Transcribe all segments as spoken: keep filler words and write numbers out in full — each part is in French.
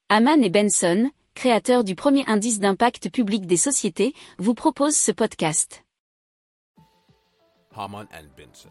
Hamann et Benson, créateurs du premier indice d'impact public des sociétés, vous proposent ce podcast. Hamann and Benson.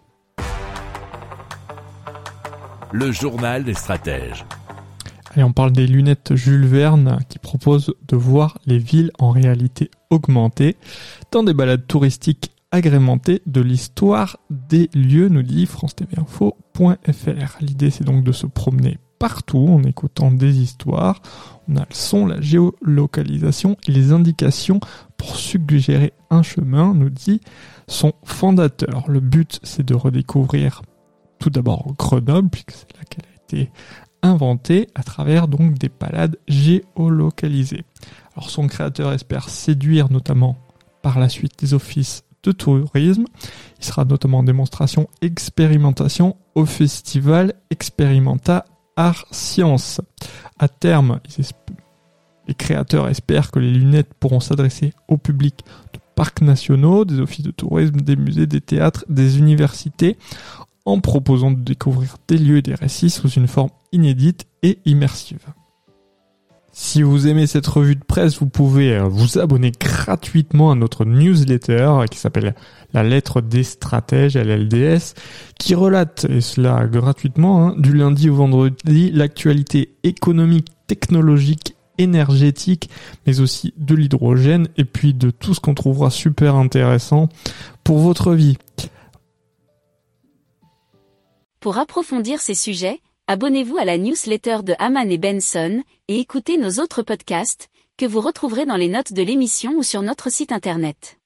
Le journal des stratèges. Et on parle des lunettes Jules Verne qui proposent de voir les villes en réalité augmentée dans des balades touristiques agrémentées de l'histoire des lieux, nous dit france t v info point f r. L'idée, c'est donc de se promener partout en écoutant des histoires. On a le son, la géolocalisation et les indications pour suggérer un chemin, nous dit son fondateur. Le but, c'est de redécouvrir tout d'abord Grenoble, puisque c'est là qu'elle a été inventée, à travers donc des balades géolocalisées. Alors son créateur espère séduire notamment par la suite des offices de tourisme. Il sera notamment en démonstration expérimentation au festival Experimenta Art Science. À terme, les créateurs espèrent que les lunettes pourront s'adresser au public de parcs nationaux, des offices de tourisme, des musées, des théâtres, des universités, en proposant de découvrir des lieux et des récits sous une forme inédite et immersive. Si vous aimez cette revue de presse, vous pouvez vous abonner gratuitement à notre newsletter qui s'appelle La Lettre des Stratèges, L L D S, qui relate, et cela gratuitement, hein, du lundi au vendredi, l'actualité économique, technologique, énergétique, mais aussi de l'hydrogène, et puis de tout ce qu'on trouvera super intéressant pour votre vie. Pour approfondir ces sujets, abonnez-vous à la newsletter de Hamann et Benson et écoutez nos autres podcasts que vous retrouverez dans les notes de l'émission ou sur notre site internet.